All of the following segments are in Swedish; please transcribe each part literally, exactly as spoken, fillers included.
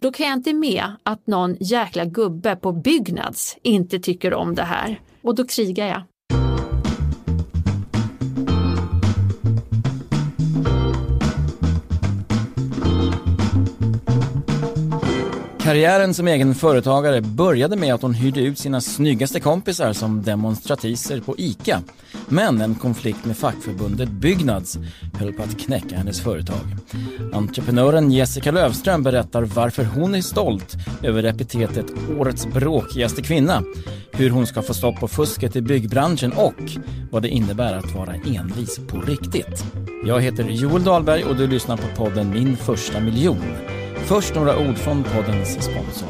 Då kan jag inte med att någon jäkla gubbe på Byggnads inte tycker om det här. Och då krigar jag. Karriären som egen företagare började med att hon hyrde ut sina snyggaste kompisar som demonstratiser på ICA. Men en konflikt med fackförbundet Byggnads höll på att knäcka hennes företag. Entreprenören Jessica Löfström berättar varför hon är stolt över epitetet årets bråkigaste kvinna, hur hon ska få stopp på fusket i byggbranschen och vad det innebär att vara envis på riktigt. Jag heter Joel Dahlberg och du lyssnar på podden Min första miljon. Först några ord från poddens sponsor.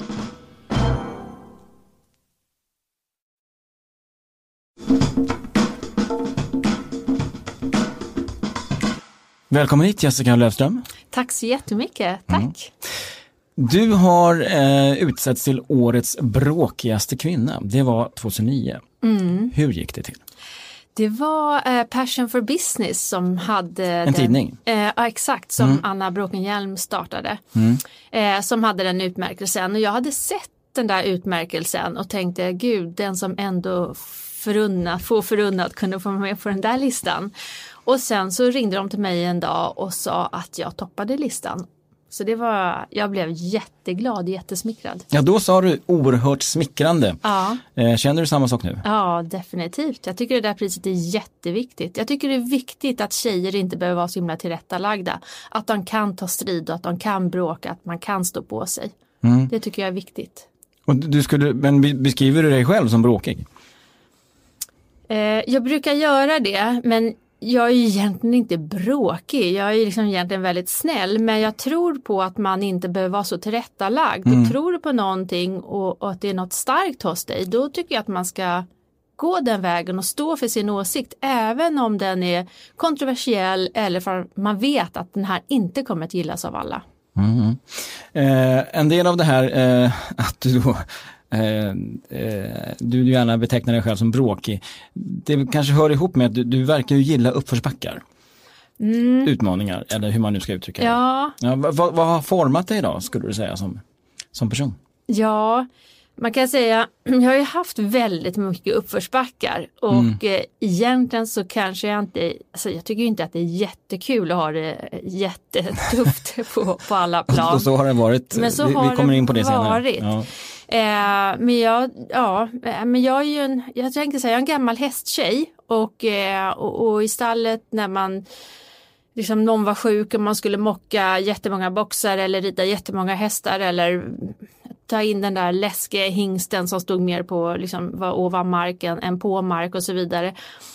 Välkommen hit Jessica Löfström. Tack så jättemycket, tack. Mm. Du har eh, utsetts till årets bråkigaste kvinna. Det var tjugohundranio. Mm. Hur gick det till? Det var eh, Passion for Business som hade... En den, tidning? Eh, ja, exakt. Som mm. Anna Bråkenhielm startade. Mm. Eh, som hade den utmärkelsen. Och jag hade sett den där utmärkelsen och tänkte, gud, den som ändå förunnat, får förunnat kunde få med på den där listan. Och sen så ringde de till mig en dag och sa att jag toppade listan. Så det var, jag blev jätteglad, jättesmickrad. Ja, då sa du oerhört smickrande. Ja. Eh, känner du samma sak nu? Ja, definitivt. Jag tycker det där priset är jätteviktigt. Jag tycker det är viktigt att tjejer inte behöver vara så himla tillrättalagda. Att de kan ta strid och att de kan bråka, att man kan stå på sig. Mm. Det tycker jag är viktigt. Och du skulle, men beskriver du dig själv som bråkig? Eh, jag brukar göra det, men jag är ju egentligen inte bråkig. Jag är liksom egentligen väldigt snäll. Men jag tror på att man inte behöver vara så tillrättalagd. Mm. Och tror du på någonting och, och att det är något starkt hos dig, då tycker jag att man ska gå den vägen och stå för sin åsikt. Även om den är kontroversiell eller för man vet att den här inte kommer att gillas av alla. Mm. Eh, en del av det här eh, att du då Eh, eh, du gärna betecknar dig själv som bråkig. Det kanske hör ihop med att du, du verkar ju gilla uppförsbackar. Mm. Utmaningar, eller hur man nu ska uttrycka ja. det. Ja, vad, vad har format dig då, skulle du säga, som, som person? Ja, man kan säga, jag har ju haft väldigt mycket uppförsbackar och mm. eh, egentligen så kanske jag inte, alltså jag tycker ju inte att det är jättekul att ha det jättetufft på, på alla plan. Och så har det varit, men så vi, har vi kommer det in på det senare. Varit. Ja. Eh, men jag, ja, men jag är ju en, jag tänkte säga, jag är en gammal hästtjej och, eh, och, och i stallet när man liksom någon var sjuk och man skulle mocka jättemånga boxar eller rida jättemånga hästar eller ta in den där läskiga hingsten som stod mer på liksom var ovan marken än på mark och så vidare.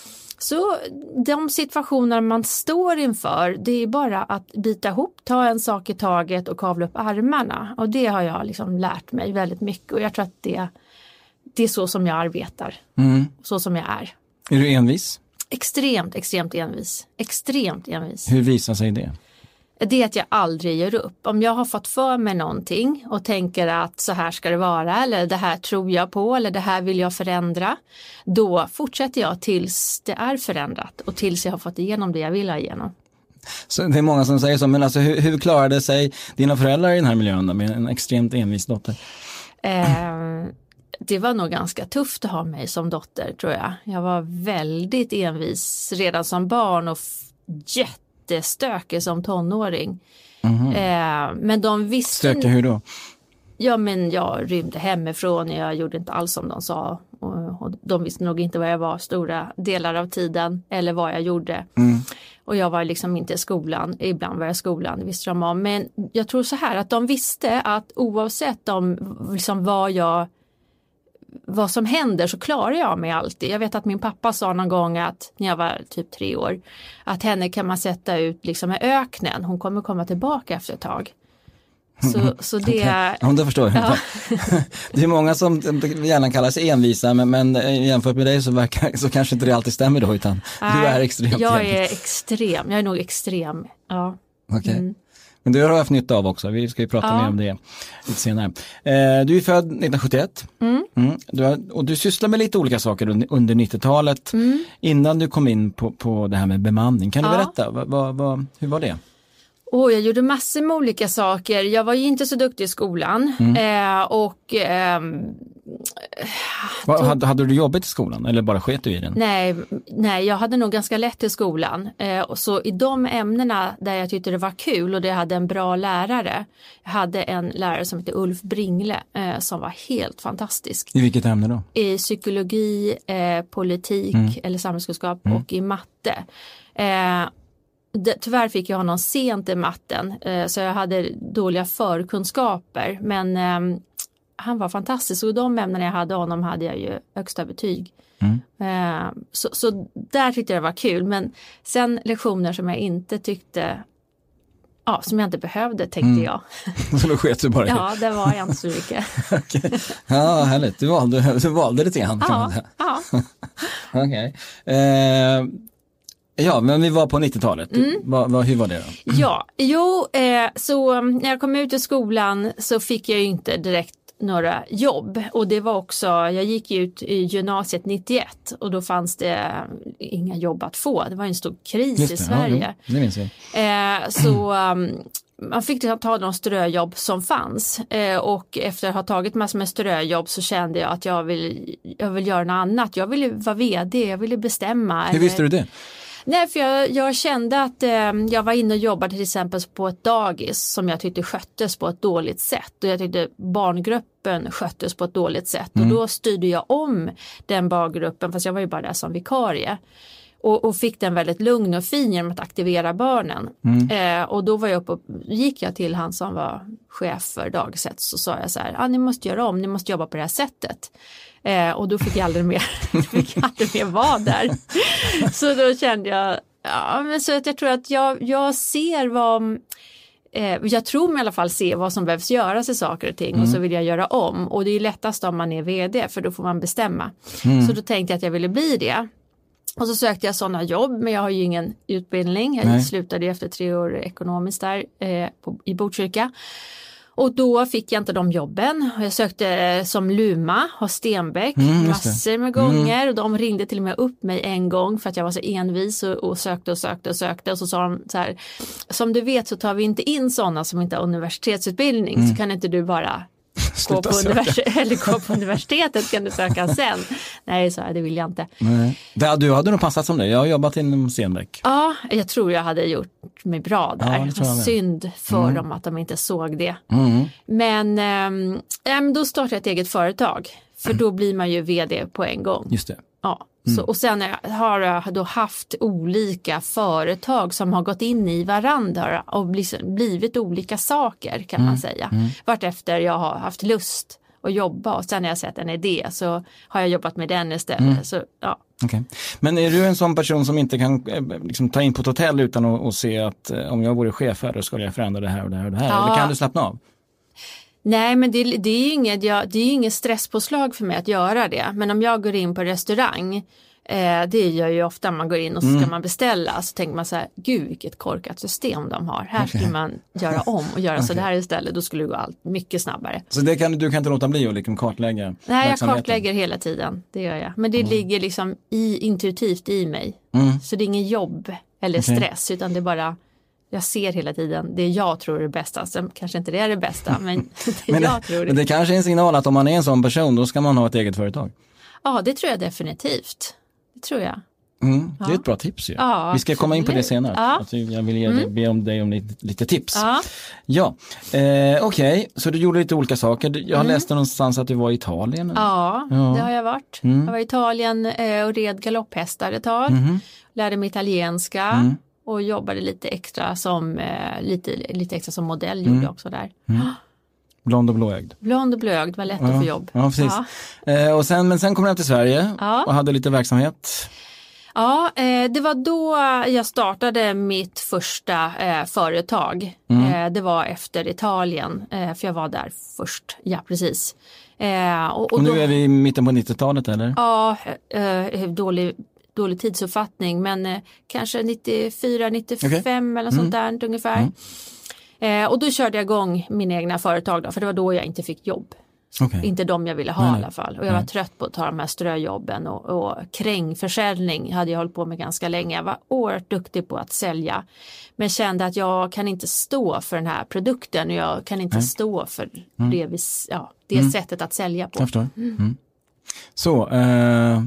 Så de situationer man står inför, det är bara att bita ihop, ta en sak i taget och kavla upp armarna. Och det har jag liksom lärt mig väldigt mycket och jag tror att det, det är så som jag arbetar. Mm. Så som jag är. Är du envis? Extremt, extremt envis. Extremt envis. Hur visar sig det? Det är att jag aldrig ger upp. Om jag har fått för mig någonting och tänker att så här ska det vara eller det här tror jag på eller det här vill jag förändra, då fortsätter jag tills det är förändrat och tills jag har fått igenom det jag vill ha igenom. Så det är många som säger så, men alltså hur, hur klarade sig dina föräldrar i den här miljön då, med en extremt envis dotter? Eh, det var nog ganska tufft att ha mig som dotter, tror jag. Jag var väldigt envis redan som barn och f- jätte stökig som tonåring. Mm-hmm. Eh, men de visste... Stökig hur då? Ja, men jag rymde hemifrån. Jag gjorde inte alls som de sa. Och, och de visste nog inte vad jag var stora delar av tiden. Eller vad jag gjorde. Mm. Och jag var liksom inte i skolan. Ibland var jag i skolan, det visste de om. Men jag tror så här att de visste att oavsett om, liksom, vad jag... vad som händer så klarar jag mig alltid. Jag vet att min pappa sa någon gång att när jag var typ tre år att henne kan man sätta ut liksom i öknen. Hon kommer komma tillbaka efter ett tag. Så, så det... Okay. Ja, det förstår jag. Ja. Det är många som gärna kallar sig envisa men, men jämfört med dig så, verkar, så kanske inte det alltid stämmer då utan Nej, du är extremt Jag envis. är extrem. Jag är nog extrem. Ja. Okej. Okay. Mm. Men det har jag haft nytta av också. Vi ska ju prata ja. mer om det lite senare. Eh, du är född nittonhundrasjuttioett. Mm. Mm. Du har, och du sysslar med lite olika saker under, under nittiotalet. Mm. Innan du kom in på, på det här med bemanning. Kan du ja. berätta? Va, va, va, hur var det? Oh, jag gjorde massor med olika saker. Jag var ju inte så duktig i skolan. Mm. Eh, och... Eh, Va, hade, hade du jobbet i skolan eller bara sket du i den? Nej, nej, jag hade nog ganska lätt i skolan. Eh, och så i de ämnena där jag tyckte det var kul och det hade en bra lärare. Jag hade en lärare som hette Ulf Bringle eh, som var helt fantastisk. I vilket ämne då? I psykologi, eh, politik mm. eller samhällskunskap mm. och i matte. Eh, det, tyvärr fick jag honom sent i matten eh, så jag hade dåliga förkunskaper. Men eh, han var fantastisk och de ämnena jag hade honom hade jag ju högsta betyg. Mm. Eh, så, så där tyckte jag det var kul. Men sen lektioner som jag inte tyckte, ja, som jag inte behövde tänkte mm. jag. Så då sket du bara? Ja, det var jag inte så mycket. Okay. Ja, härligt. Du valde, du valde lite grann. Ja, ja. Okej. Okay. Eh, ja, men vi var på nittiotalet. Mm. Va, va, hur var det då? Ja, jo, eh, så när jag kom ut i skolan så fick jag ju inte direkt några jobb och det var också, jag gick ut i gymnasiet nittioett och då fanns det inga jobb att få. Det var en stor kris i Sverige. Ja, det minns jag. Eh, så um, man fick ta de ströjobb som fanns eh, och efter att ha tagit massor med ströjobb så kände jag att jag vill, jag vill göra något annat. Jag ville vara vd, jag ville bestämma. Hur visste du det? Nej, för jag, jag kände att eh, jag var inne och jobbade till exempel på ett dagis som jag tyckte sköttes på ett dåligt sätt. Och jag tyckte barngruppen sköttes på ett dåligt sätt. Mm. Och då styrde jag om den barngruppen, fast jag var ju bara där som vikarie. Och, och fick den väldigt lugn och fin genom att aktivera barnen. Mm. Eh, och då var jag uppe och gick jag till han som var chef för dagiset. Så sa jag så här, ah, ni måste göra om, ni måste jobba på det här sättet. Eh, och då fick jag aldrig mer, fick jag aldrig mer vara där. Så då kände jag, ja, men så att jag tror att jag, jag ser vad, eh, jag tror mig i alla fall se vad som behövs göras i saker och ting. Mm. Och så vill jag göra om. Och det är lättast om man är vd, för då får man bestämma. Mm. Så då tänkte jag att jag ville bli det. Och så sökte jag sådana jobb, men jag har ju ingen utbildning. Jag Nej. slutade efter tre år ekonomiskt där eh, på, i Botkyrka. Och då fick jag inte de jobben. Jag sökte som Luma hos Stenbeck mm, massor med gånger. Mm. Och de ringde till och med upp mig en gång för att jag var så envis och, och sökte och sökte och sökte. Och så sa de så här, som du vet så tar vi inte in sådana som inte har universitetsutbildning. Mm. Så kan inte du bara gå på, univers- eller gå på universitetet, kan du söka sen. Nej, så här, det vill jag inte. Nej. Du hade nog passat som det. Jag har jobbat inom Stenbeck. Ja, jag tror jag hade gjort mig bra där. Ja, det var synd för mm. dem att de inte såg det. Mm. Men ähm, då startade jag ett eget företag. För då blir man ju vd på en gång. Just det. Ja. Så, och sen har jag då haft olika företag som har gått in i varandra och blivit olika saker, kan mm. man säga. Mm. Vartefter jag har haft lust att jobba och sen när jag sett en idé så har jag jobbat med den istället. Mm. Så, ja. Okay. Men är du en sån person som inte kan liksom, ta in på ett hotell utan att, att se att om jag vore chef här då skulle jag förändra det här och det här och det här? Ja. Eller kan du slappna av? Nej, men det, det är ju inget, ja, det är inget stresspåslag för mig att göra det. Men om jag går in på restaurang, eh, det gör ju ofta man går in och så ska mm. man beställa. Så tänker man så här, gud vilket korkat system de har. Här skulle man göra om och göra okay. så det här istället. Då skulle det gå allt mycket snabbare. Så det kan, du kan inte låta bli att liksom kartlägga? Nej, jag kartlägger hela tiden. Det gör jag. Men det mm. ligger liksom i, intuitivt i mig. Mm. Så det är ingen jobb eller okay. stress, utan det är bara... Jag ser hela tiden det jag tror är det bästa. Sen kanske inte det är det bästa, men det men, jag tror det. Men det kanske är en signal att om man är en sån person, då ska man ha ett eget företag. Ja, det tror jag definitivt. Det tror jag. Mm, det är ja. ett bra tips ju. Ja, vi ska absolut. komma in på det senare. Ja. Alltså, jag vill ge, mm. be om dig om lite, lite tips. Ja, ja. Eh, okej. Okay. Så du gjorde lite olika saker. Jag har mm. läst någonstans att du var i Italien. Ja, ja. det har jag varit. Mm. Jag var i Italien och red galopphästar ett tag. Mm. Lärde mig italienska. Mm. Och jobbade lite extra som eh, lite, lite extra som modell gjorde mm. också där. Mm. Blond och blåögd. Blond och blåögd, var lätt ja. att få jobb. Ja, precis. Ja. Eh, och sen, men sen kom jag till Sverige ja. och hade lite verksamhet. Ja, eh, det var då jag startade mitt första eh, företag. Mm. Eh, det var efter Italien, eh, för jag var där först. Ja, precis. Eh, och, och, och nu då, är vi i mitten på nittiotalet, eller? Ja, eh, dålig... dålig tidsuppfattning, men eh, kanske nittiofyra nittiofem okay. eller sånt mm. där ungefär. Mm. Eh, och då körde jag igång min egna företag då, för det var då jag inte fick jobb. Okay. Inte de jag ville ha nej, i alla fall. Och jag nej. var trött på att ta de här ströjobben och, och krängförsäljning hade jag hållit på med ganska länge. Jag var oerhört duktig på att sälja. Men kände att jag kan inte stå för den här produkten och jag kan inte nej. stå för mm. det, vis, ja, det mm. sättet att sälja på. Jag förstår. Mm. Mm. Så, eh,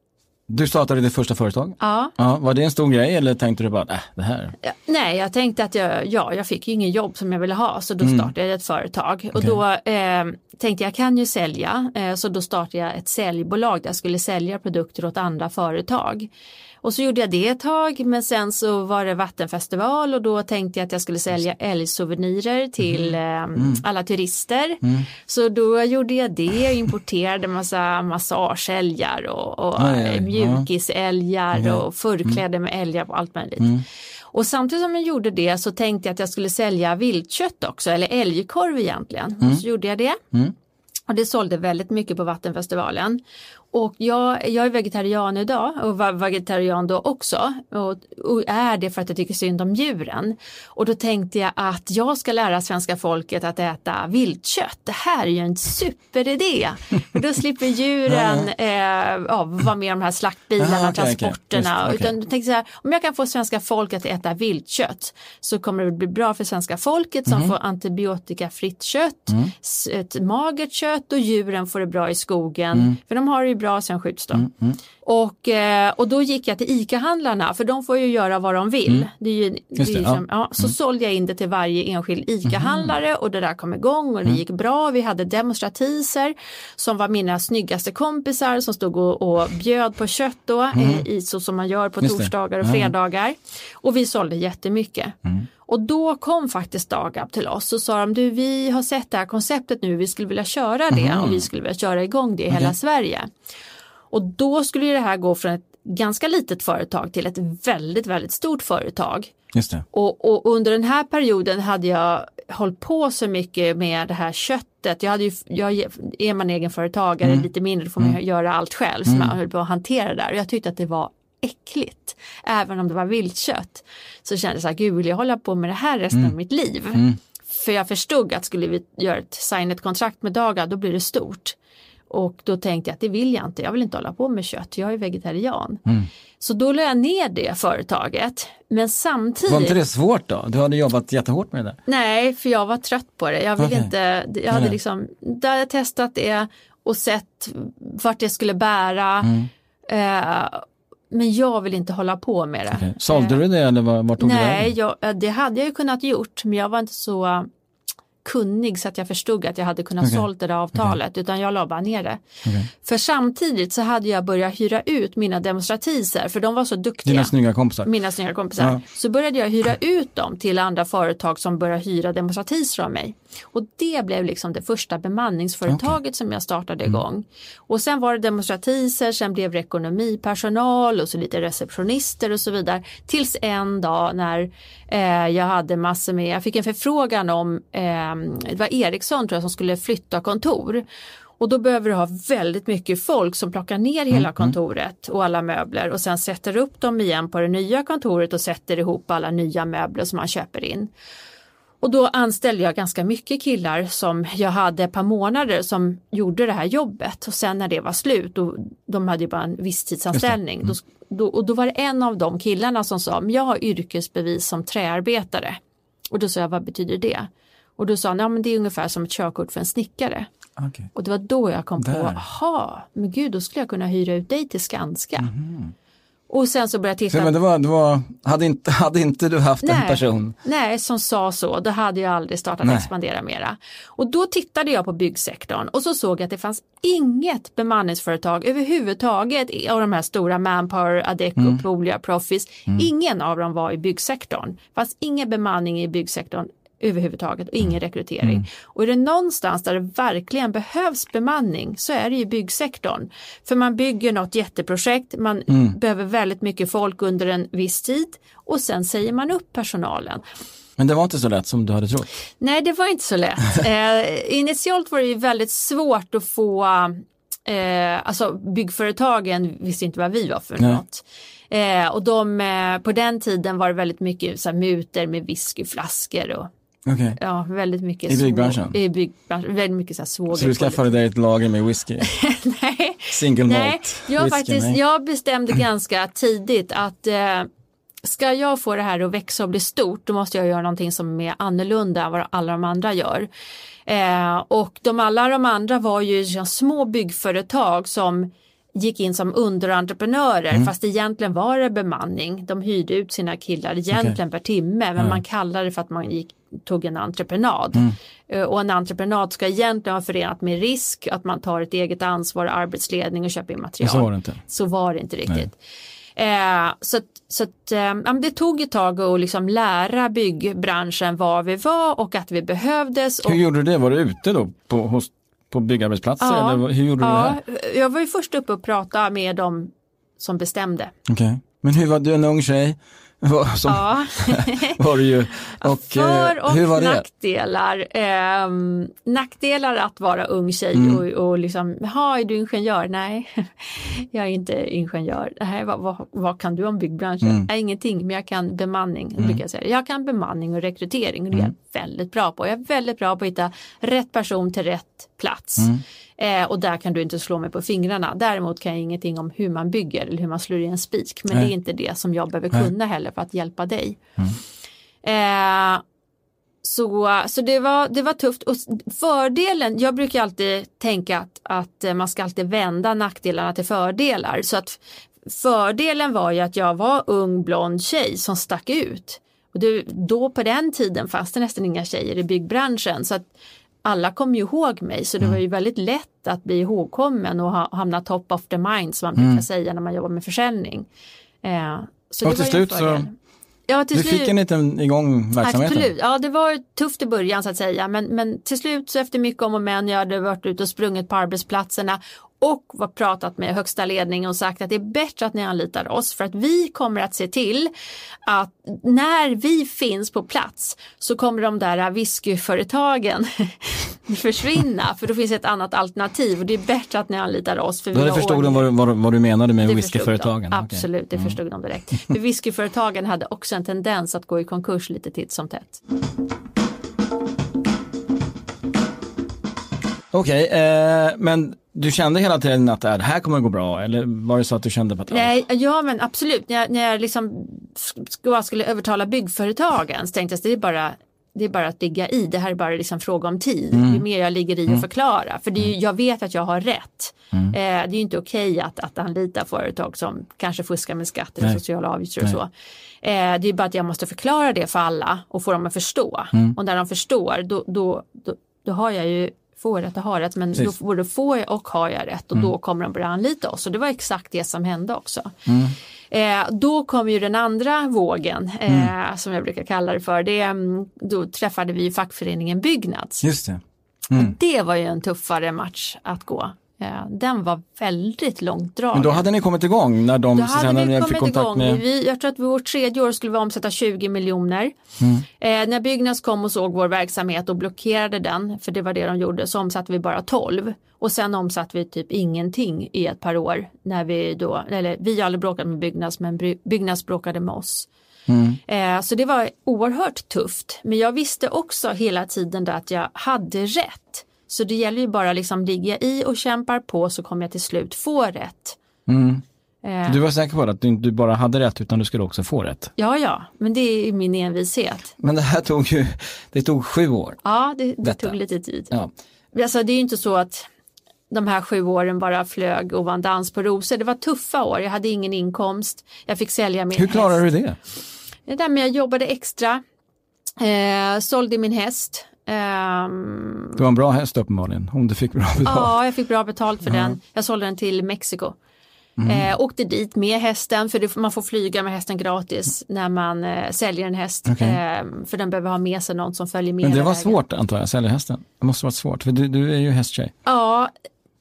du startade ditt första företag? Ja. ja. Var det en stor grej eller tänkte du bara, äh, det här? Ja, nej, jag tänkte att jag, ja, jag fick ju ingen jobb som jag ville ha så då mm. startade jag ett företag. Okay. Och då eh, tänkte jag kan ju sälja eh, så då startade jag ett säljbolag där jag skulle sälja produkter åt andra företag. Och så gjorde jag det ett tag men sen så var det vattenfestival och då tänkte jag att jag skulle sälja älgsouvenirer till mm. eh, mm. alla turister. Mm. Så då gjorde jag det och importerade massa massageälgar och, och aj, aj, mjukisälgar ja. och förklädde mm. med älgar och allt möjligt. Mm. Och samtidigt som jag gjorde det så tänkte jag att jag skulle sälja viltkött också eller älgkorv egentligen. Mm. Och så gjorde jag det. Mm. Och det sålde väldigt mycket på vattenfestivalen. Och jag, jag är vegetarian idag och var vegetarian då också och, och är det för att jag tycker synd om djuren. Och då tänkte jag att jag ska lära svenska folket att äta viltkött. Det här är ju en superidé. För då slipper djuren eh, ja, vara med i de här slaktbilarna, ah, okay, transporterna. Okay. Utan jag tänkte så här, om jag kan få svenska folket att äta viltkött så kommer det bli bra för svenska folket som mm. får antibiotikafritt kött, mm. ett magert kött och djuren får det bra i skogen. Mm. För de har ju bra sen skjuts de. Mm, mm. Och, och då gick jag till ICA-handlarna för de får ju göra vad de vill. Mm. Det är ju, det är ju som, ja. Ja, så mm. sålde jag in det till varje enskild ICA-handlare mm. och det där kom igång och det mm. gick bra. Vi hade demonstratiser som var mina snyggaste kompisar som stod och, och bjöd på kött då mm. i, så som man gör på Just torsdagar och det. fredagar. Mm. Och vi sålde jättemycket. Mm. Och då kom faktiskt Dagab till oss och sa de, du vi har sett det här konceptet nu, vi skulle vilja köra det mm. och vi skulle vilja köra igång det i okay. hela Sverige. Och då skulle det här gå från ett ganska litet företag till ett väldigt, väldigt stort företag. Just det. Och, och under den här perioden hade jag hållit på så mycket med det här köttet. Jag hade ju, jag, är man egenföretagare mm. lite mindre får man mm. göra allt själv så mm. man höll på att hantera det där. Och jag tyckte att det var äckligt. Även om det var viltkött så kände jag så här, gud vill jag hålla på med det här resten mm. av mitt liv? Mm. För jag förstod att skulle vi göra ett, signa ett kontrakt med Dagab då blir det stort. Och då tänkte jag att det vill jag inte. Jag vill inte hålla på med kött. Jag är vegetarian. Mm. Så då lade jag ner det företaget. Men samtidigt... Var inte det svårt då? Du hade jobbat jättehårt med det. Nej, för jag var trött på det. Jag ville okay. inte... Jag hade liksom... Där jag testat det och sett vart det skulle bära. Mm. Eh, men jag vill inte hålla på med det. Okay. Sålde du det eller var, var tog Nej, det jag, det hade jag ju kunnat gjort. Men jag var inte så... kunnig så att jag förstod att jag hade kunnat okay. sålt det där avtalet okay. utan jag la bara ner det. Okay. För samtidigt så hade jag börjat hyra ut mina demonstratiser för de var så duktiga. Dina snygga kompisar. Mina snygga kompisar. Ja. Så började jag hyra ut dem till andra företag som började hyra demonstratiser av mig. Och det blev liksom det första bemanningsföretaget okay. som jag startade mm. igång. Och sen var det demonstratiser, sen blev det ekonomipersonal och så lite receptionister och så vidare. Tills en dag när eh, jag hade massor med, jag fick en förfrågan om eh, det var Ericsson tror jag som skulle flytta kontor. Och då behöver du ha väldigt mycket folk som plockar ner hela mm, kontoret och alla möbler och sen sätter upp dem igen på det nya kontoret och sätter ihop alla nya möbler som man köper in. Och då anställde jag ganska mycket killar som jag hade ett par månader som gjorde det här jobbet. Och sen när det var slut, och de hade ju bara en visstidsanställning. Mm. Då, då, och då var det en av de killarna som sa, men jag har yrkesbevis som träarbetare. Och då sa jag, vad betyder det? Och då sa han, ja men det är ungefär som ett körkort för en snickare. Okay. Och det var då jag kom Där. på, aha, men gud då skulle jag kunna hyra ut dig till Skanska. Mm. Och sen så började jag titta. Så, men det var, det var, hade, inte, hade inte du haft nej, en person? Nej, som sa så. Då hade jag aldrig startat nej. expandera mera. Och då tittade jag på byggsektorn och så såg jag att det fanns inget bemanningsföretag överhuvudtaget av de här stora Manpower, Adecco, mm. Poolia, Proffice. Mm. Ingen av dem var i byggsektorn. Det fanns ingen bemanning i byggsektorn överhuvudtaget och ingen rekrytering. Mm. Och är det någonstans där det verkligen behövs bemanning så är det ju byggsektorn. För man bygger något jätteprojekt, man mm. behöver väldigt mycket folk under en viss tid och sen säger man upp personalen. Men det var inte så lätt som du hade trott? Nej, det var inte så lätt. eh, initialt var det ju väldigt svårt att få, eh, alltså byggföretagen visste inte vad vi var för Nej. något. Eh, och de, eh, på den tiden var det väldigt mycket så här, muter med whiskyflaskor och Okay. Ja, väldigt mycket. I byggbranschen? I byggbranschen, väldigt mycket så här svåger. Så du skaffade dig ett lager med whisky? Nej. Single malt? Nej, jag, whisky, faktiskt, nej. jag bestämde ganska tidigt att eh, ska jag få det här att växa och bli stort, då måste jag göra någonting som är annorlunda än vad alla de andra gör. Eh, och de, alla de andra var ju ja, små byggföretag som gick in som underentreprenörer, mm. fast egentligen var det bemanning. De hyrde ut sina killar egentligen okay. per timme, men mm. man kallade det för att man gick, tog en entreprenad. Mm. Och en entreprenad ska egentligen vara förenat med risk, att man tar ett eget ansvar, arbetsledning och köper in material. Så var det inte. Så var det inte riktigt. Eh, så att, så att, eh, det tog ett tag att liksom lära byggbranschen vad vi var och att vi behövdes. Och... Hur gjorde du det? Var du ute då på, hos, på byggarbetsplatser? Ja, eller hur gjorde ja, du det här? Jag var ju först uppe och pratade med dem som bestämde. Okej, okay. Men hur var du en ung tjej? Som ja. var det ju. Och, för och hur var det? nackdelar. Eh, nackdelar att vara ung tjej mm. och, och liksom, ja, är du ingenjör? Nej, jag är inte ingenjör. Nej, vad, vad, vad kan du om byggbranschen? Mm. Nej, ingenting, men jag kan bemanning. Mm. Brukar jag säga. Jag kan bemanning och rekrytering och det är mm. jag väldigt bra på. Jag är väldigt bra på att hitta rätt person till rätt plats. Mm. Eh, och där kan du inte slå mig på fingrarna. Däremot kan jag ingenting om hur man bygger eller hur man slår i en spik. Men Nej. Det är inte det som jag behöver kunna Nej. Heller för att hjälpa dig. Mm. Eh, så så det, var, det var tufft. Och fördelen, jag brukar alltid tänka att, att man ska alltid vända nackdelarna till fördelar. Så att fördelen var ju att jag var ung blond tjej som stack ut. Och det, då på den tiden fanns det nästan inga tjejer i byggbranschen. Så att alla kom ju ihåg mig, så det mm. var ju väldigt lätt att bli ihågkommen och ha, hamna top of the mind, som man brukar mm. säga när man jobbar med försäljning. Eh, så och det till var slut så ja, till du slut, fick en liten igång verksamheten. Absolut, ja det var tufft i början så att säga, men, men till slut så efter mycket om och men, jag hade varit ute och sprungit på arbetsplatserna och var pratat med högsta ledningen och sagt att det är bättre att ni anlitar oss, för att vi kommer att se till att när vi finns på plats så kommer de där whiskyföretagen försvinna, för då finns ett annat alternativ och det är bättre att ni anlitar oss. För då vi förstod de vad, vad, vad du menade med det whiskyföretagen. De. Absolut, okay. Det förstod mm. de direkt. För whiskyföretagen hade också en tendens att gå i konkurs lite titt som tätt. Okej, okay, eh, men du kände hela tiden att det här kommer gå bra, eller var det så att du kände på att... Nej, ja men absolut. När jag, när jag liksom skulle, skulle övertala byggföretagen så tänkte jag att det är bara, det är bara att ligga i. Det här är bara liksom fråga om tid. Mm. Ju mer jag ligger i mm. och förklara. För det är ju, jag vet att jag har rätt. Mm. Eh, det är ju inte okej att, att anlita företag som kanske fuskar med skatter och sociala avgifter och så. Eh, det är bara att jag måste förklara det för alla och få dem att förstå. Mm. Och när de förstår, då, då, då, då har jag ju får rätt och har rätt, men Precis. Då både får jag och har jag rätt och mm. då kommer de börja anlita oss. Och det var exakt det som hände också. Mm. Eh, då kom ju den andra vågen, eh, mm. som jag brukar kalla det för. Det, då träffade vi fackföreningen Byggnads. Just det. Mm. Och det var ju en tuffare match att gå. Eh, den var väldigt långt dragen. Men då hade ni kommit igång när de då hade sen vi fick kontakt igång. med... Vi, jag tror att vårt tredje år skulle vi omsätta tjugo miljoner. Mm. Eh, när Byggnads kom och såg vår verksamhet och blockerade den, för det var det de gjorde, så omsatte vi bara tolv. Och sen omsatte vi typ ingenting i ett par år. När vi då, eller vi aldrig bråkade med Byggnads, men Byggnads bråkade med oss. Mm. Eh, så det var oerhört tufft. Men jag visste också hela tiden där att jag hade rätt. Så det gäller ju bara liksom ligga i och kämpar på, så kommer jag till slut få rätt. Mm. Eh. Du var säker på att du inte bara hade rätt, utan du skulle också få rätt? Ja, ja. Men det är min envishet. Men det här tog ju, det tog sju år. Ja, det, det tog lite tid. Ja. Alltså det är ju inte så att de här sju åren bara flög och var en dans på rosor. Det var tuffa år. Jag hade ingen inkomst. Jag fick sälja min Hur klarade häst. du det? Det där med jag jobbade extra. Eh, sålde min häst. Um, det var en bra häst uppenbarligen, om du fick bra betalt. Ja, jag fick bra betalt för uh-huh. den. Jag sålde den till Mexiko. Mm. Eh, åkte dit med hästen, för det, man får flyga med hästen gratis när man eh, säljer en häst. Okay. Eh, för den behöver ha med sig någon som följer med. Men det var vägen. Svårt antar jag, att sälja hästen. Det måste vara svårt, för du, du är ju hästtjej. Ja,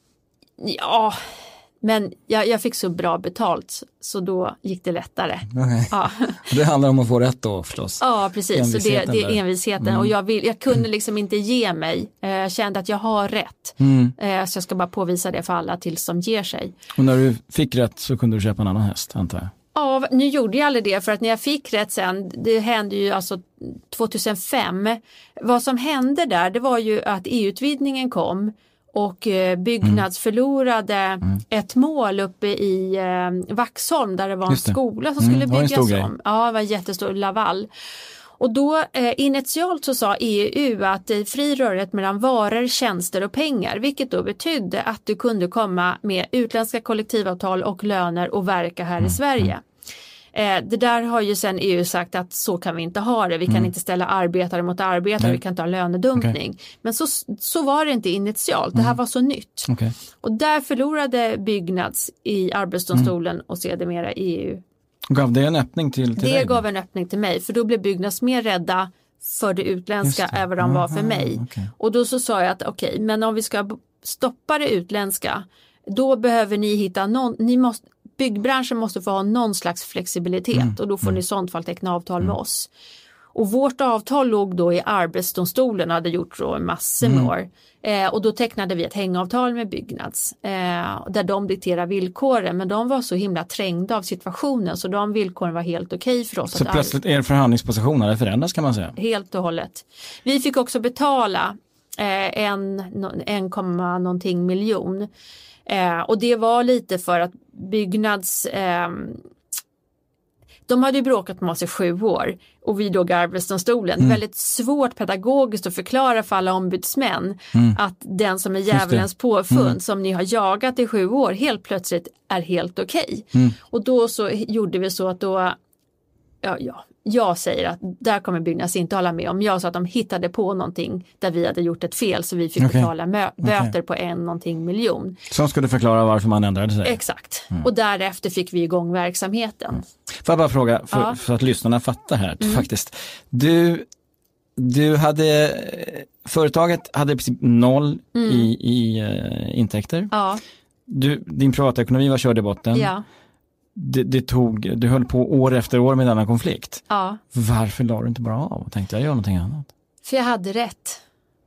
ja. Men jag, jag fick så bra betalt, så då gick det lättare. Okay. Ja. Det handlar om att få rätt då förstås. Ja, precis. Så det, det är envisheten. Mm. Och jag, vill, jag kunde liksom inte ge mig. Jag kände att jag har rätt. Mm. Så jag ska bara påvisa det för alla tills som ger sig. Och när du fick rätt så kunde du köpa en annan häst, antar jag? Ja, nu gjorde jag aldrig det för att när jag fick rätt sen, det hände ju alltså tjugohundrafem. Vad som hände där, det var ju att E U-utvidgningen kom och Byggnads mm. förlorade mm. ett mål uppe i eh, Vaxholm där det var en skola som skulle mm, byggas om. Ja, det var en jättestor Laval. Och då eh, initialt så sa E U att eh, fri rörlighet mellan varor, tjänster och pengar, vilket då betydde att du kunde komma med utländska kollektivavtal och löner och verka här mm. i Sverige. Eh, det där har ju sen E U sagt att så kan vi inte ha det. Vi kan mm. inte ställa arbetare mot arbetare, Nej. vi kan inte ha lönedumpning. Okay. Men så, så var det inte initialt, det här var så nytt. Okay. Och där förlorade Byggnads i Arbetsdomstolen mm. och sedermera E U. Gav det en öppning till, till Det dig? gav en öppning till mig, för då blev Byggnads mer rädda för det utländska det. än vad de var för mig. Okay. Och då så sa jag att okej, okay, men om vi ska stoppa det utländska, då behöver ni hitta någon, ni måste, byggbranschen måste få ha någon slags flexibilitet mm. och då får mm. ni i sånt fall teckna avtal mm. med oss. Och vårt avtal låg då i Arbetsdomstolen, hade gjort då massor med mm. år. Eh, och då tecknade vi ett hängavtal med Byggnads eh, där de dikterar villkoren, men de var så himla trängda av situationen så de villkoren var helt okej för oss. Så att plötsligt er förhandlingsposition hade förändrats kan man säga? Helt och hållet. Vi fick också betala eh, en, en komma någonting miljon eh, och det var lite för att Byggnads eh, de hade ju bråkat med oss i sju år och vi låg i Arbetsdomstolen. Mm. Det är väldigt svårt pedagogiskt att förklara för alla ombudsmän mm. att den som är djävulens påfund mm. som ni har jagat i sju år helt plötsligt är helt okej. Okay. Mm. Och då så gjorde vi så att då, ja, ja, jag säger att där kommer Byggnads inte hålla med om. Jag sa att de hittade på någonting där vi hade gjort ett fel så vi fick okay. betala mö- böter okay. på en någonting miljon. Som skulle förklara varför man ändrade sig? Exakt. Mm. Och därefter fick vi igång verksamheten. Mm. Får jag bara fråga, för, ja. för att lyssnarna fattar här mm. faktiskt. Du, du hade, företaget hade i princip noll mm. i, i uh, intäkter. Ja. Du, din privatekonomi var körd i botten. Ja. Det, det tog, du höll på år efter år med denna konflikt. Ja. Varför la du inte bara av och tänkte jag gör någonting annat? För jag hade rätt.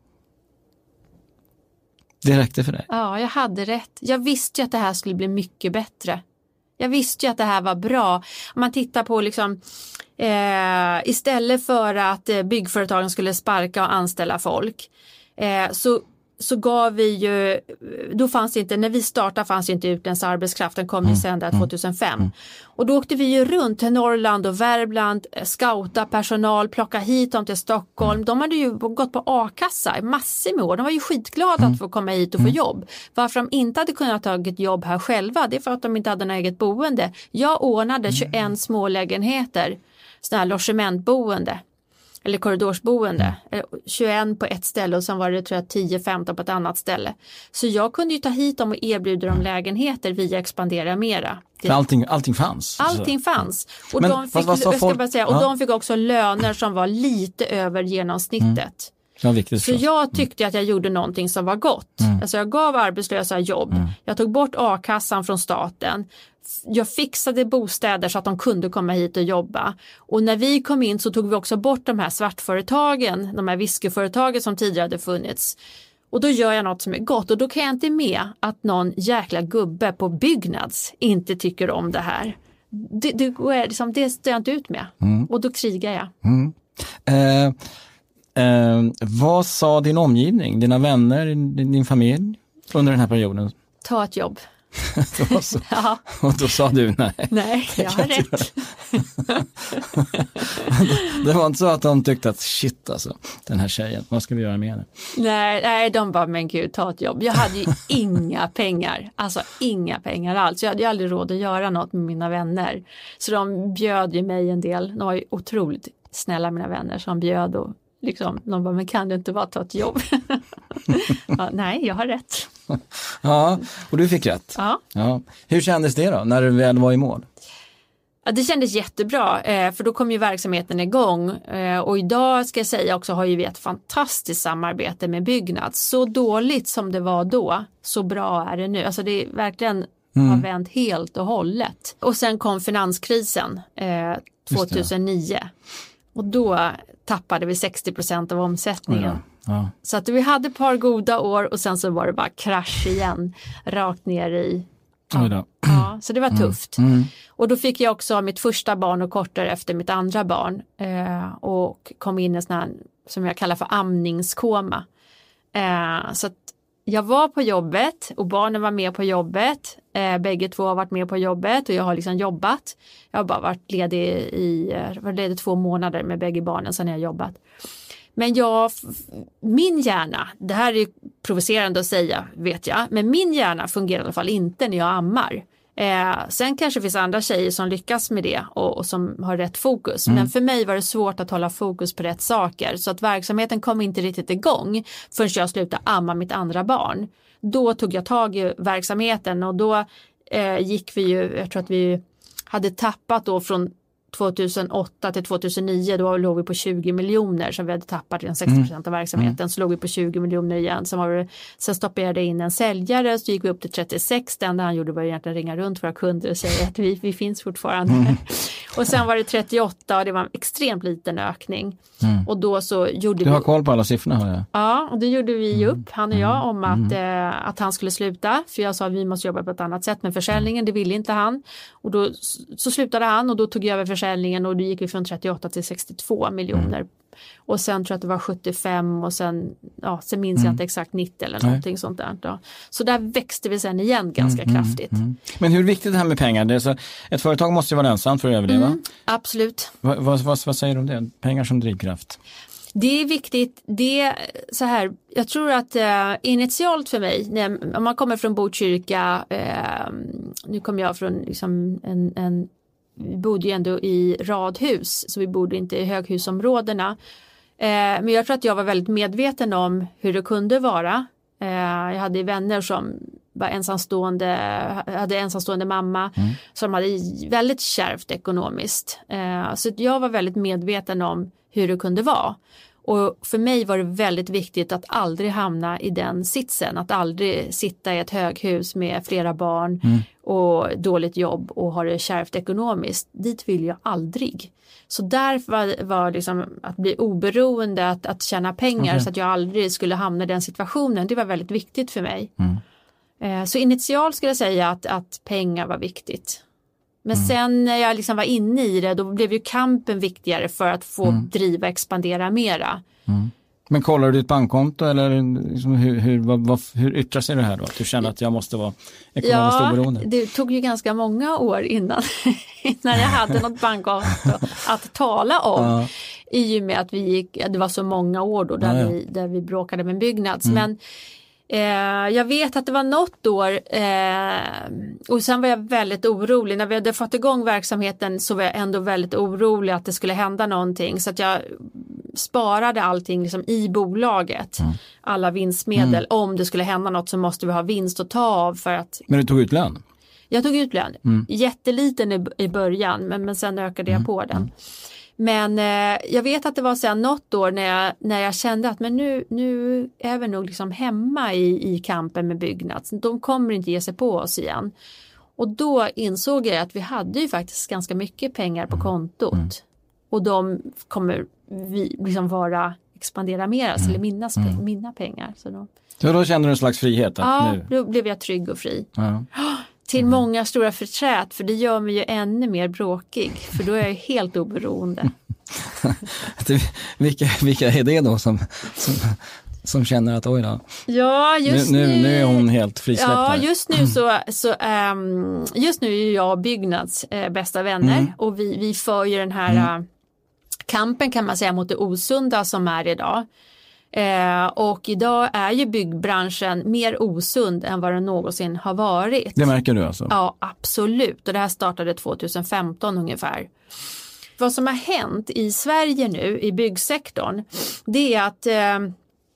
Det räckte för dig? Ja, jag hade rätt. Jag visste ju att det här skulle bli mycket bättre. Jag visste ju att det här var bra. Om man tittar på liksom eh, istället för att eh, byggföretagen skulle sparka och anställa folk eh, så så gav vi ju, då fanns det inte, när vi startade fanns det inte utländsk arbetskraft, den kom ju sen där tjugohundrafem. Mm. Och då åkte vi ju runt till Norrland och Värmland, scouta personal, plocka hit dem till Stockholm. Mm. De hade ju gått på a-kassa i massor med år. De var ju skitglada mm. att få komma hit och få jobb. Varför de inte hade kunnat ta ett jobb här själva, det är för att de inte hade något eget boende. Jag ordnade tjugoen mm. små lägenheter, sådana här logementboende. Eller korridorsboende. Mm. tjugoen på ett ställe och sen var det tror jag tio femton på ett annat ställe. Så jag kunde ju ta hit dem och erbjuda dem lägenheter via Expandera Mera. Det... Allting, allting fanns? Allting så. fanns. Och, Men, de fick, vad, vad folk... bara säga, och ja. de fick också löner som var lite över genomsnittet. Mm. Så, viktigt så jag tyckte mm. att jag gjorde någonting som var gott. Mm. Alltså jag gav arbetslösa jobb. Mm. Jag tog bort a-kassan från staten. Jag fixade bostäder så att de kunde komma hit och jobba. Och när vi kom in så tog vi också bort de här svartföretagen, de här whiskyföretagen som tidigare hade funnits. Och då gör jag något som är gott och då kan jag inte med att någon jäkla gubbe på Byggnads inte tycker om det här. Det, det, liksom, det står jag inte ut med. Mm. Och då krigar jag. Mm. Eh, eh, vad sa din omgivning, dina vänner, din, din familj under den här perioden? Ta ett jobb. så. Ja. Och då sa du nej. Nej, jag har rätt. Det var inte så att de tyckte att shit alltså, den här tjejen, vad ska vi göra med henne? Nej, nej de bara, men gud, ta ett jobb. Jag hade ju inga pengar, alltså inga pengar alls. Jag hade ju aldrig råd att göra något med mina vänner. Så de bjöd ju mig en del. De var ju otroligt snälla mina vänner som bjöd och liksom, de bara, men kan du inte bara ta ett jobb? Ja, nej, jag har rätt. Ja, och du fick rätt. Ja. Ja. Hur kändes det då, när du väl var i mål? Ja, det kändes jättebra, eh, för då kom ju verksamheten igång. Eh, och idag ska jag säga också har ju vi ett fantastiskt samarbete med Byggnads. Så dåligt som det var då, så bra är det nu. Alltså det är verkligen mm. har vänt helt och hållet. Och sen kom finanskrisen eh, tjugohundranio. Och då tappade vi sextio procent av omsättningen. Ja, ja. Så att vi hade ett par goda år och sen så var det bara krasch igen. Rakt ner i Ja. Ja, så det var tufft. Mm. Mm. Och då fick jag också mitt första barn och kort efter mitt andra barn. Eh, och kom in i en sån här, som jag kallar för amningskoma. Eh, så att jag var på jobbet och barnen var med på jobbet. Eh, bägge två har varit med på jobbet och jag har liksom jobbat. Jag har bara varit ledig i var ledig två månader med bägge barnen sedan jag jobbat. Men jag, min hjärna, det här är provocerande att säga vet jag, men min hjärna fungerar i alla fall inte när jag ammar. Eh, sen kanske det finns andra tjejer som lyckas med det och, och som har rätt fokus. Mm. Men för mig var det svårt att hålla fokus på rätt saker. Så att verksamheten kom inte riktigt igång förrän jag slutade amma mitt andra barn. Då tog jag tag i verksamheten och då eh, gick vi ju, jag tror att vi hade tappat då från tjugohundraåtta till tjugohundranio, då låg vi på tjugo miljoner, så vi hade tappat sextio procent av verksamheten. Mm. Så låg vi på tjugo miljoner igen. Sen, var det, sen stoppade jag in en säljare, så gick vi upp till trettiosex. Det enda han gjorde var egentligen ringa runt våra kunder och säga att vi, vi finns fortfarande. Mm. Och sen var det trettioåtta och det var en extremt liten ökning. Mm. Och då så gjorde du har vi... koll på alla siffrorna, har jag. Ja, och då gjorde vi upp, han och jag, om att, mm. eh, att han skulle sluta. För jag sa att vi måste jobba på ett annat sätt med försäljningen, det ville inte han. Och då så slutade han och då tog jag över försäljningen och då gick vi från trettioåtta till sextiotvå miljoner. Mm. Och sen tror jag att det var sjuttiofem och sen, ja, sen minns mm. jag inte exakt nittio eller någonting Nej. sånt där. Då. Så där växte vi sen igen ganska mm, kraftigt. Mm, mm. Men hur viktigt det här med pengar? Det är så, ett företag måste ju vara lönsamt för att överleva. Mm, absolut. Va, va, va, vad säger du om det? Pengar som drivkraft? Det är viktigt. Det är så här, jag tror att eh, initialt för mig, när man kommer från Botkyrka, eh, nu kommer jag från liksom en, en vi bodde ju ändå i radhus, så vi bodde inte i höghusområdena. Eh, men jag tror att jag var väldigt medveten om hur det kunde vara. Eh, jag hade vänner som var ensamstående, hade ensamstående mamma, mm. som hade väldigt kärvt ekonomiskt. Eh, så jag var väldigt medveten om hur det kunde vara. Och för mig var det väldigt viktigt att aldrig hamna i den sitsen. Att aldrig sitta i ett höghus med flera barn mm. och dåligt jobb och ha det kärvt ekonomiskt. Dit vill jag aldrig. Så därför var, var liksom att bli oberoende, att, att tjäna pengar, okay. så att jag aldrig skulle hamna i den situationen. Det var väldigt viktigt för mig. Mm. Eh, så initialt skulle jag säga att, att pengar var viktigt. Men mm. sen när jag liksom var inne i det, då blev ju kampen viktigare för att få mm. driva, expandera mera. Mm. Men kollar du ditt bankkonto eller liksom hur, hur, vad, vad, hur yttrar sig det här då? Att du känner att jag måste vara ekonomiskt ja, oberoende? Det tog ju ganska många år innan, innan jag hade något bankkonto att tala om. Ja. I och med att vi gick, det var så många år då där, ja, ja. Vi, där vi bråkade med Byggnads. Mm. Men Eh, jag vet att det var något år eh, och sen var jag väldigt orolig. När vi hade fått igång verksamheten så var jag ändå väldigt orolig att det skulle hända någonting. Så att jag sparade allting liksom i bolaget. Mm. Alla vinstmedel. Mm. Om det skulle hända något så måste vi ha vinst att ta av för att... Men du tog ut lön? Jag tog ut lön. Mm. Jätteliten i, i början men, men sen ökade jag mm. på den. Mm. Men eh, jag vet att det var sen något år när jag, när jag kände att men nu, nu är vi nog liksom hemma i, i kampen med Byggnads. De kommer inte ge sig på oss igen. Och då insåg jag att vi hade ju faktiskt ganska mycket pengar på kontot. Mm. Och de kommer vi liksom vara, expandera mer, mm. eller mina, mm. mina pengar. Så då, så då kände du en slags frihet? Att ja, nu... då blev jag trygg och fri. Ja. Till mm. många stora förträt, för det gör mig ju ännu mer bråkig. För då är jag helt oberoende. vilka, vilka är det då som, som, som känner att oj då? Ja, just nu, nu, nu är hon helt frisläppt. Ja, just nu så, så um, just nu är jag Byggnads eh, bästa vänner. Mm. Och vi, vi för ju den här mm. uh, kampen kan man säga mot det osunda som är idag. Eh, och idag är ju byggbranschen mer osund än vad den någonsin har varit. Det märker du alltså? Ja, absolut. Och det här startade tjugohundrafemton ungefär. Vad som har hänt i Sverige nu i byggsektorn, det är att eh,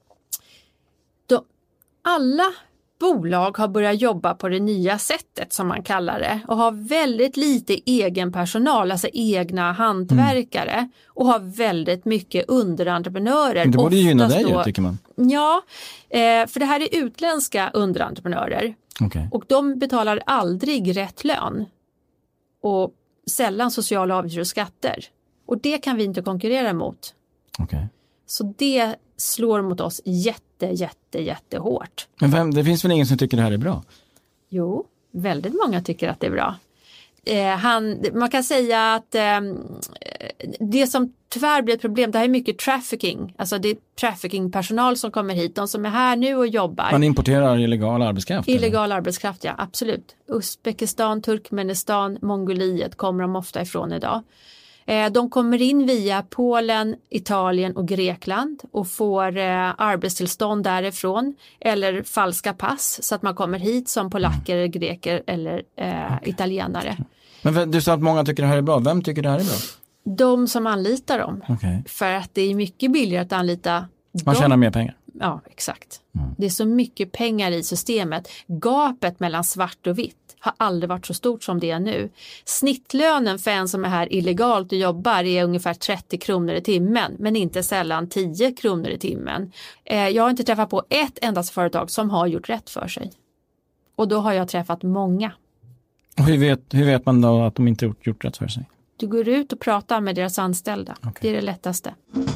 de, alla bolag har börjat jobba på det nya sättet som man kallar det och har väldigt lite egen personal, alltså egna hantverkare mm. och har väldigt mycket underentreprenörer. Det borde gynna dig då, tycker man. Ja, eh, för det här är utländska underentreprenörer okay. och de betalar aldrig rätt lön och sällan sociala avgifter och skatter. Och det kan vi inte konkurrera mot. Okay. Så det slår mot oss jätte, jätte, jättehårt. Men vem, det finns väl ingen som tycker det här är bra? Jo, väldigt många tycker att det är bra. Eh, han, man kan säga att eh, det som tyvärr blir ett problem, det här är mycket trafficking. Alltså det är trafficking-personal som kommer hit, de som är här nu och jobbar. Man importerar illegal arbetskraft? Illegal eller? arbetskraft, ja, absolut. Uzbekistan, Turkmenistan, Mongoliet kommer de ofta ifrån idag. Eh, de kommer in via Polen, Italien och Grekland och får eh, arbetstillstånd därifrån eller falska pass så att man kommer hit som polacker, mm. greker eller eh, okay. italienare. Men du sa att många tycker det här är bra. Vem tycker det här är bra? De som anlitar dem. Okay. För att det är mycket billigare att anlita Man dem. tjänar mer pengar. Ja, exakt. Mm. Det är så mycket pengar i systemet. Gapet mellan svart och vitt har aldrig varit så stort som det är nu. Snittlönen för en som är här illegalt och jobbar är ungefär trettio kronor i timmen, men inte sällan tio kronor i timmen. Eh, jag har inte träffat på ett endast företag som har gjort rätt för sig. Och då har jag träffat många. Och hur vet, hur vet man då att de inte gjort, gjort rätt för sig? Du går ut och pratar med deras anställda. Okay. Det är det lättaste.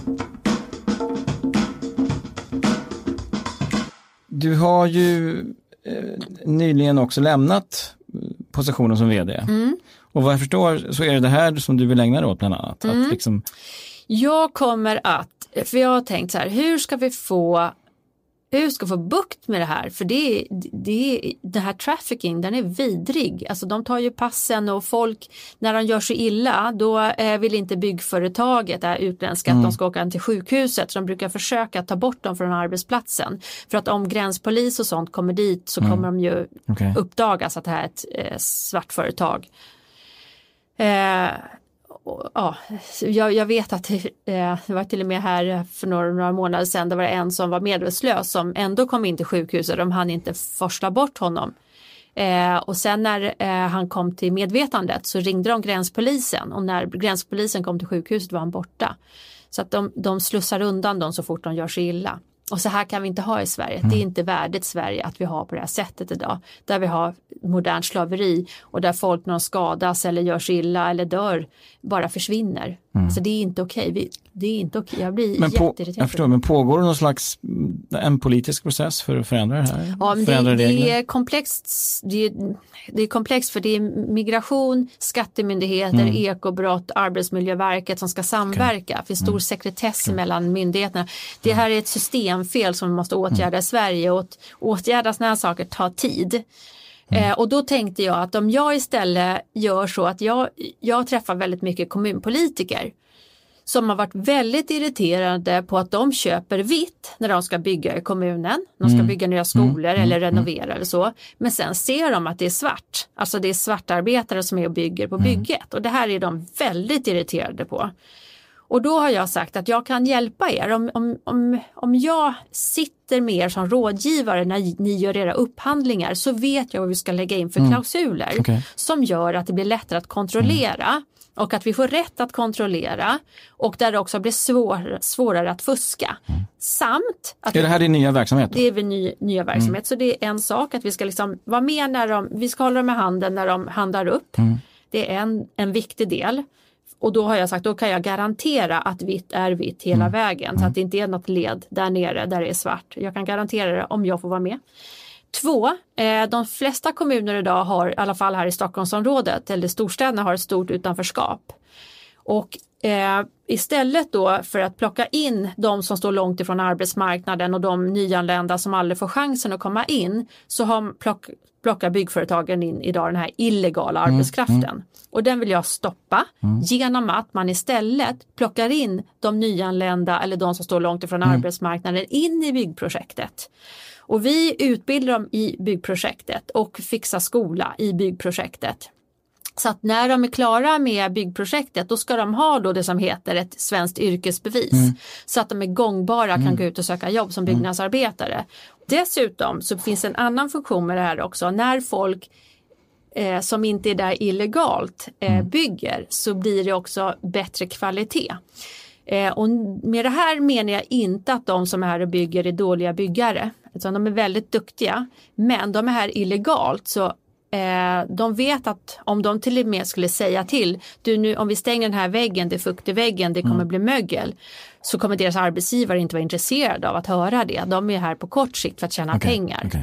Du har ju eh, nyligen också lämnat positionen som vd. Mm. Och vad jag förstår så är det det här som du vill ägna dig åt bland annat. Mm. Att liksom... Jag kommer att, för jag har tänkt så här, hur ska vi få hur ska vi få bukt med det här? För det, det, det här trafficking, den är vidrig. Alltså de tar ju passen och folk, när de gör sig illa, då eh, vill inte byggföretaget, det här utländska, mm. att de ska åka till sjukhuset. Så de brukar försöka ta bort dem från arbetsplatsen. För att om gränspolis och sånt kommer dit så mm. kommer de ju okay. uppdagas att det här är ett eh, svart företag. Eh, Ja, jag, jag vet att det, eh, det var till och med här för några, några månader sedan, det var en som var medvetslös som ändå kom in till sjukhuset, de hann inte forsla bort honom. Eh, och sen när eh, han kom till medvetandet så ringde de gränspolisen, och när gränspolisen kom till sjukhuset var han borta. Så att de, de slussar undan dem så fort de gör sig illa. Och så här kan vi inte ha i Sverige. Mm. Det är inte värdigt Sverige att vi har på det här sättet idag. Där vi har modern slaveri och där folk när de skadas eller gör sig illa eller dör bara försvinner. Mm. Så det är inte okej. Vi, det är inte okej. Jag blir men på, jätteirriterad. Jag förstår, men pågår det någon slags en politisk process för att förändra det här? Ja, men det, det är komplext. Det är, det är komplext för det är migration, skattemyndigheter, mm. ekobrott, Arbetsmiljöverket som ska samverka. Okay. För stor mm. sekretess okay. mellan myndigheterna. Det här är ett systemfel som vi måste åtgärda mm. i Sverige, och att åtgärda såna här saker tar tid. Mm. Eh, och då tänkte jag att om jag istället gör så att jag, jag träffar väldigt mycket kommunpolitiker som har varit väldigt irriterade på att de köper vitt när de ska bygga i kommunen. De ska mm. bygga nya skolor mm. eller renovera mm. eller så. Men sen ser de att det är svart. Alltså det är svartarbetare som är och bygger på mm. bygget. Och det här är de väldigt irriterade på. Och då har jag sagt att jag kan hjälpa er. Om, om, om, om jag sitter med er som rådgivare när ni gör era upphandlingar, så vet jag vad vi ska lägga in för mm. klausuler okay. som gör att det blir lättare att kontrollera mm. och att vi får rätt att kontrollera, och där det också blir svår, svårare att fuska. Mm. Samt att är det här din nya verksamhet? Det är vår ny, nya verksamhet. Mm. Så det är en sak att vi ska liksom vara med när de, vi ska hålla dem i handen när de handlar upp. Mm. Det är en, en viktig del. Och då har jag sagt, då kan jag garantera att vitt är vitt hela mm. vägen. Så att det inte är något led där nere där det är svart. Jag kan garantera det om jag får vara med. Två, eh, de flesta kommuner idag har, i alla fall här i Stockholmsområdet, eller storstäderna, har ett stort utanförskap. Och eh, istället då för att plocka in de som står långt ifrån arbetsmarknaden och de nyanlända som aldrig får chansen att komma in, så har plock, plockar byggföretagen in idag den här illegala arbetskraften. Mm, mm. Och den vill jag stoppa mm. genom att man istället plockar in de nyanlända eller de som står långt ifrån mm. arbetsmarknaden in i byggprojektet. Och vi utbildar dem i byggprojektet och fixar skola i byggprojektet. Så att när de är klara med byggprojektet, då ska de ha då det som heter ett svenskt yrkesbevis. Mm. Så att de är gångbara, kan mm. gå ut och söka jobb som byggnadsarbetare. Mm. Dessutom så finns en annan funktion med det här också. När folk eh, som inte är där illegalt eh, mm. bygger, så blir det också bättre kvalitet. Eh, och med det här menar jag inte att de som är här och bygger är dåliga byggare. Utan de är väldigt duktiga. Men de är här illegalt, så Eh, de vet att om de till och med skulle säga till, du nu, om vi stänger den här väggen, det är fukt i väggen, det kommer mm. bli mögel, så kommer deras arbetsgivare inte vara intresserade av att höra det. De är här på kort sikt för att tjäna okay. pengar. Okay.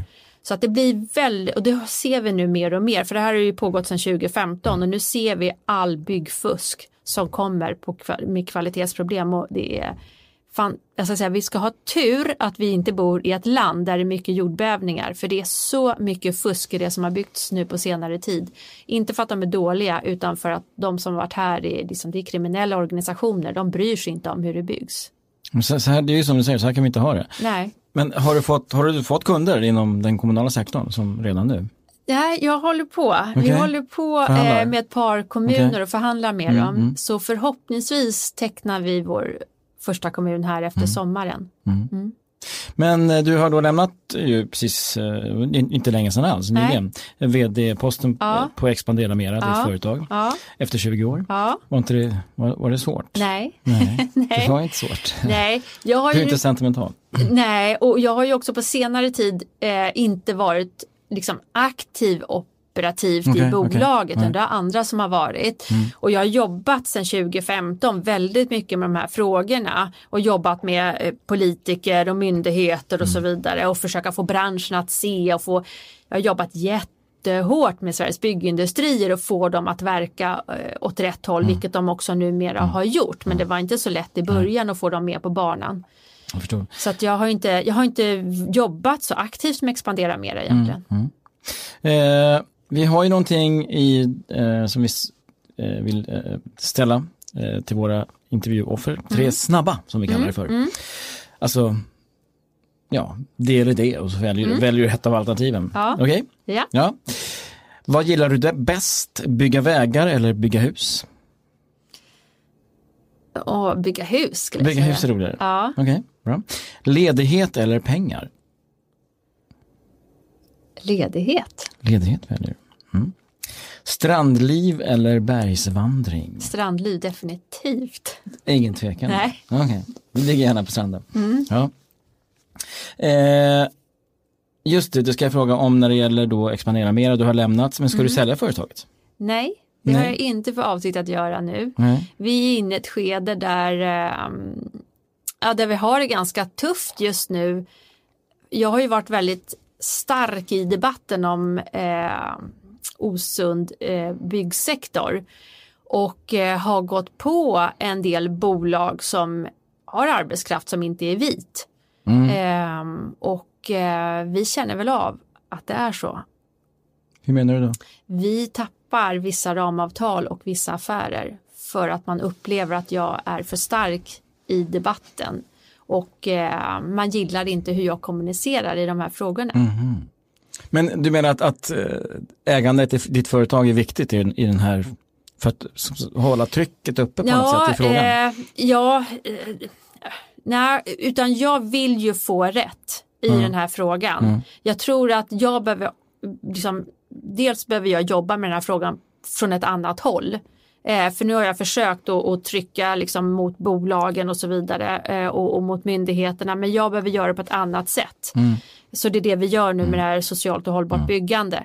Så att det blir väldigt, och det ser vi nu mer och mer, för det här har ju pågått sedan tjugo femton och nu ser vi all byggfusk som kommer på, med kvalitetsproblem, och det är fan, jag ska säga, vi ska ha tur att vi inte bor i ett land där det är mycket jordbävningar, för det är så mycket fusk i det som har byggts nu på senare tid. Inte för att de är dåliga, utan för att de som har varit här är, liksom, det är kriminella organisationer, de bryr sig inte om hur det byggs. Så, så här, det är ju som du säger, så här kan vi inte ha det. Nej. Men har du fått, har du fått kunder inom den kommunala sektorn som redan nu? Nej, jag håller på. Okay. Vi håller på eh, med ett par kommuner okay. och förhandlar med mm, dem. Mm. Så förhoppningsvis tecknar vi vår första kommun här efter mm. sommaren. Mm. Mm. Men du har då lämnat ju precis, inte länge sedan alls, nyligen, vd-posten ja. på Expandera Mera, ja. ditt företag, ja. efter tjugo år. Ja. Var, inte det, var, var det svårt? Nej. Nej. Nej. Det var inte svårt. Nej. Jag har du är ju... inte sentimental. Nej, och jag har ju också på senare tid eh, inte varit liksom aktiv och operativt okay, i bolaget, okay. det är andra som har varit. Mm. Och jag har jobbat sedan tjugo femton väldigt mycket med de här frågorna och jobbat med eh, politiker och myndigheter och mm. så vidare och försöka få branschen att se och få, jag har jobbat jättehårt med Sveriges byggindustrier och få dem att verka eh, åt rätt håll, mm. vilket de också numera mm. har gjort, men det var inte så lätt i början mm. att få dem med på banan. Jag förstår. Så att jag har inte, jag har inte jobbat så aktivt med Expandera Mera egentligen. Mm. Mm. Eh, Vi har ju någonting i, eh, som vi eh, vill eh, ställa eh, till våra intervjuoffer. Tre mm. snabba, som vi kallar mm. det för. Mm. Alltså, ja, det eller det. Och så väljer, mm. väljer du ett av alternativen. Ja. Okej? Okay? Ja. Ja. Vad gillar du det bäst? Bygga vägar eller bygga hus? Åh, bygga hus skulle jag bygga säga. Hus är roligare? Ja. Okej, okay, bra. Ledighet eller pengar? Ledighet. Ledighet väljer du. Mm. Strandliv eller bergsvandring? Strandliv, definitivt. Ingen tvekan. Nej. Okej, okay. Vi ligger gärna på stranden. Mm. Ja. Eh, just det, det ska jag fråga om när det gäller då Expandera Mera. Du har lämnat, men ska mm. du sälja företaget? Nej, det Nej. har jag inte för avsikt att göra nu. Nej. Vi är inne i ett skede där, um, ja, där vi har det ganska tufft just nu. Jag har ju varit väldigt stark i debatten om eh, osund eh, byggsektor och eh, har gått på en del bolag som har arbetskraft som inte är vit. Mm. Eh, och eh, vi känner väl av att det är så. Hur menar du då? Vi tappar vissa ramavtal och vissa affärer för att man upplever att jag är för stark i debatten. Och eh, man gillar inte hur jag kommunicerar i de här frågorna. Mm-hmm. Men du menar att, att ägandet i ditt företag är viktigt i, i den här, för att hålla trycket uppe på ja, något sätt i frågan? Eh, ja, eh, nej, utan jag vill ju få rätt i mm. den här frågan. Mm. Jag tror att jag behöver, liksom, dels behöver jag jobba med den här frågan från ett annat håll. Eh, för nu har jag försökt att, att trycka liksom, mot bolagen och så vidare eh, och, och mot myndigheterna, men jag behöver göra det på ett annat sätt. Mm. Så det är det vi gör nu med det här socialt och hållbart mm. byggande.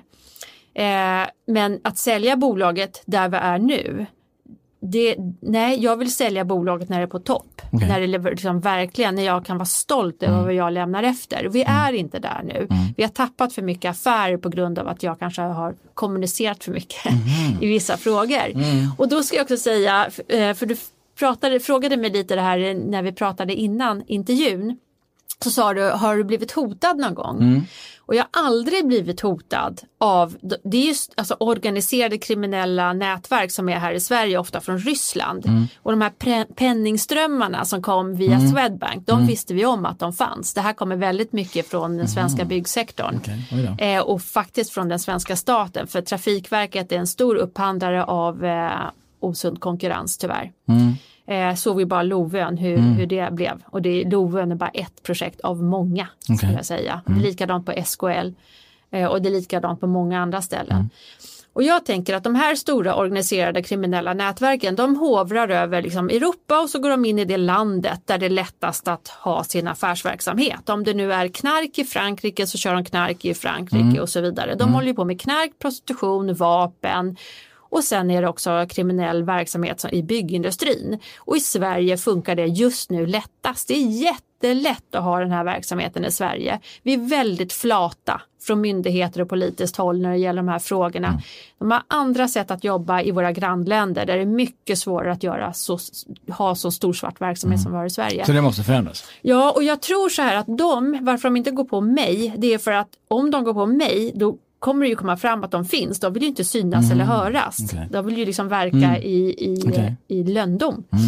Eh, men att sälja bolaget där vi är nu, det, nej, jag vill sälja bolaget när det är på topp. Okay. När det liksom, verkligen, när jag kan vara stolt över mm. vad jag lämnar efter. Vi mm. är inte där nu. Mm. Vi har tappat för mycket affärer på grund av att jag kanske har kommunicerat för mycket mm. i vissa frågor. Mm. Och då ska jag också säga, för du pratade, frågade mig lite det här när vi pratade innan intervjun. Så sa du, har du blivit hotad någon gång? Mm. Och jag har aldrig blivit hotad av, det är just alltså, organiserade kriminella nätverk som är här i Sverige, ofta från Ryssland. Mm. Och de här pre- penningströmmarna som kom via mm. Swedbank, de mm. visste vi om att de fanns. Det här kommer väldigt mycket från den svenska mm. byggsektorn. Okay. Eh, och faktiskt från den svenska staten, för Trafikverket är en stor upphandlare av eh, osund konkurrens tyvärr. Mm. Eh, såg vi bara Lovön hur, mm. hur det blev. Och det, Lovön är bara ett projekt av många, okay. skulle jag säga. Mm. Det är likadant på S K L eh, och det är likadant på många andra ställen. Mm. Och jag tänker att de här stora organiserade kriminella nätverken, de hovrar över liksom Europa och så går de in i det landet där det är lättast att ha sin affärsverksamhet. Om det nu är knark i Frankrike så kör de knark i Frankrike mm. och så vidare. De mm. håller ju på med knark, prostitution, vapen. Och sen är det också kriminell verksamhet i byggindustrin. Och i Sverige funkar det just nu lättast. Det är jättelätt att ha den här verksamheten i Sverige. Vi är väldigt flata från myndigheter och politiskt håll när det gäller de här frågorna. Mm. De har andra sätt att jobba i våra grannländer där det är mycket svårare att göra så, ha så stor svart verksamhet mm. som vi har i Sverige. Så det måste förändras? Ja, och jag tror så här att de, varför de inte går på mig, det är för att om de går på mig, då kommer det ju komma fram att de finns. De vill ju inte synas mm. eller höras. Okay. De vill ju liksom verka mm. i, i, okay. i löndom. Mm.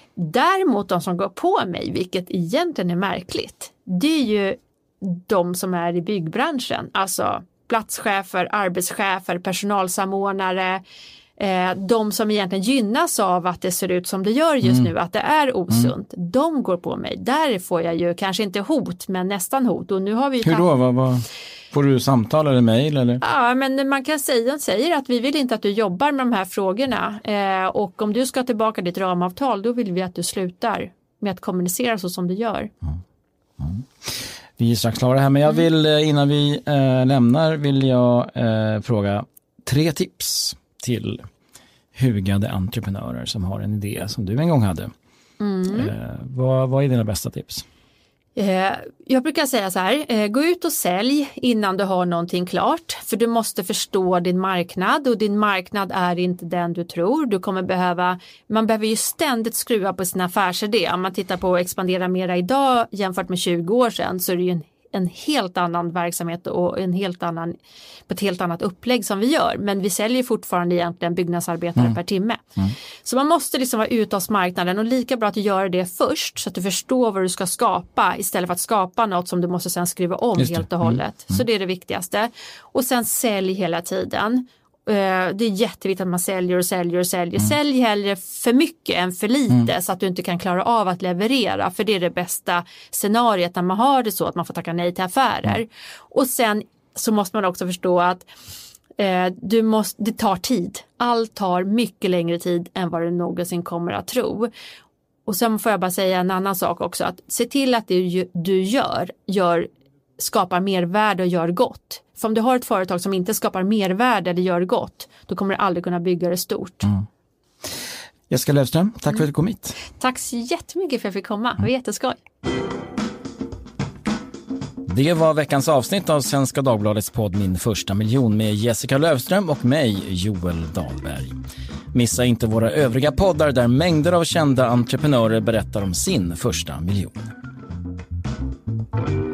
Däremot de som går på mig, vilket egentligen är märkligt, det är ju de som är i byggbranschen. Alltså platschefer, arbetschefer, personalsamordnare. Eh, de som egentligen gynnas av att det ser ut som det gör just mm. nu, att det är osunt. Mm. De går på mig. Där får jag ju kanske inte hot, men nästan hot. Och nu har vi Hur då? Vad, vad, får du samtal eller mejl? Eller? Ja, men man kan säga säger att vi vill inte att du jobbar med de här frågorna. Eh, och om du ska tillbaka ditt ramavtal, då vill vi att du slutar med att kommunicera så som du gör. Mm. Mm. Vi är strax klara här, men jag vill innan vi eh, lämnar vill jag eh, fråga tre tips till hugade entreprenörer som har en idé som du en gång hade. Mm. Eh, vad, vad är dina bästa tips? Eh, jag brukar säga så här, eh, gå ut och sälj innan du har någonting klart. För du måste förstå din marknad och din marknad är inte den du tror. Du kommer behöva, man behöver ju ständigt skruva på sin affärsidé. Om man tittar på att expandera mera idag jämfört med tjugo år sedan så är det ju en en helt annan verksamhet och en helt annan, på ett helt annat upplägg som vi gör. Men vi säljer fortfarande egentligen byggnadsarbetare mm. per timme. Mm. Så man måste liksom vara ute hos marknaden och lika bra att du gör det först så att du förstår vad du ska skapa istället för att skapa något som du måste sen skriva om helt och hållet. Mm. Så det är det viktigaste. Och sen sälj hela tiden. Det är jätteviktigt att man säljer och säljer och säljer. Mm. Sälj hellre för mycket än för lite mm. så att du inte kan klara av att leverera. För det är det bästa scenariet när man har det så att man får tacka nej till affärer. Mm. Och sen så måste man också förstå att eh, du måste, det tar tid. Allt tar mycket längre tid än vad du någonsin kommer att tro. Och sen får jag bara säga en annan sak också. Att se till att det du gör, gör skapar mervärde och gör gott. För om du har ett företag som inte skapar mervärde eller gör gott, då kommer du aldrig kunna bygga det stort. Mm. Jessica Löfström, tack mm. för att du kom hit. Tack så jättemycket för att jag fick komma. Det var jätteskoj. Det var veckans avsnitt av Svenska Dagbladets podd Min första miljon med Jessica Löfström och mig, Joel Dahlberg. Missa inte våra övriga poddar där mängder av kända entreprenörer berättar om sin första miljon.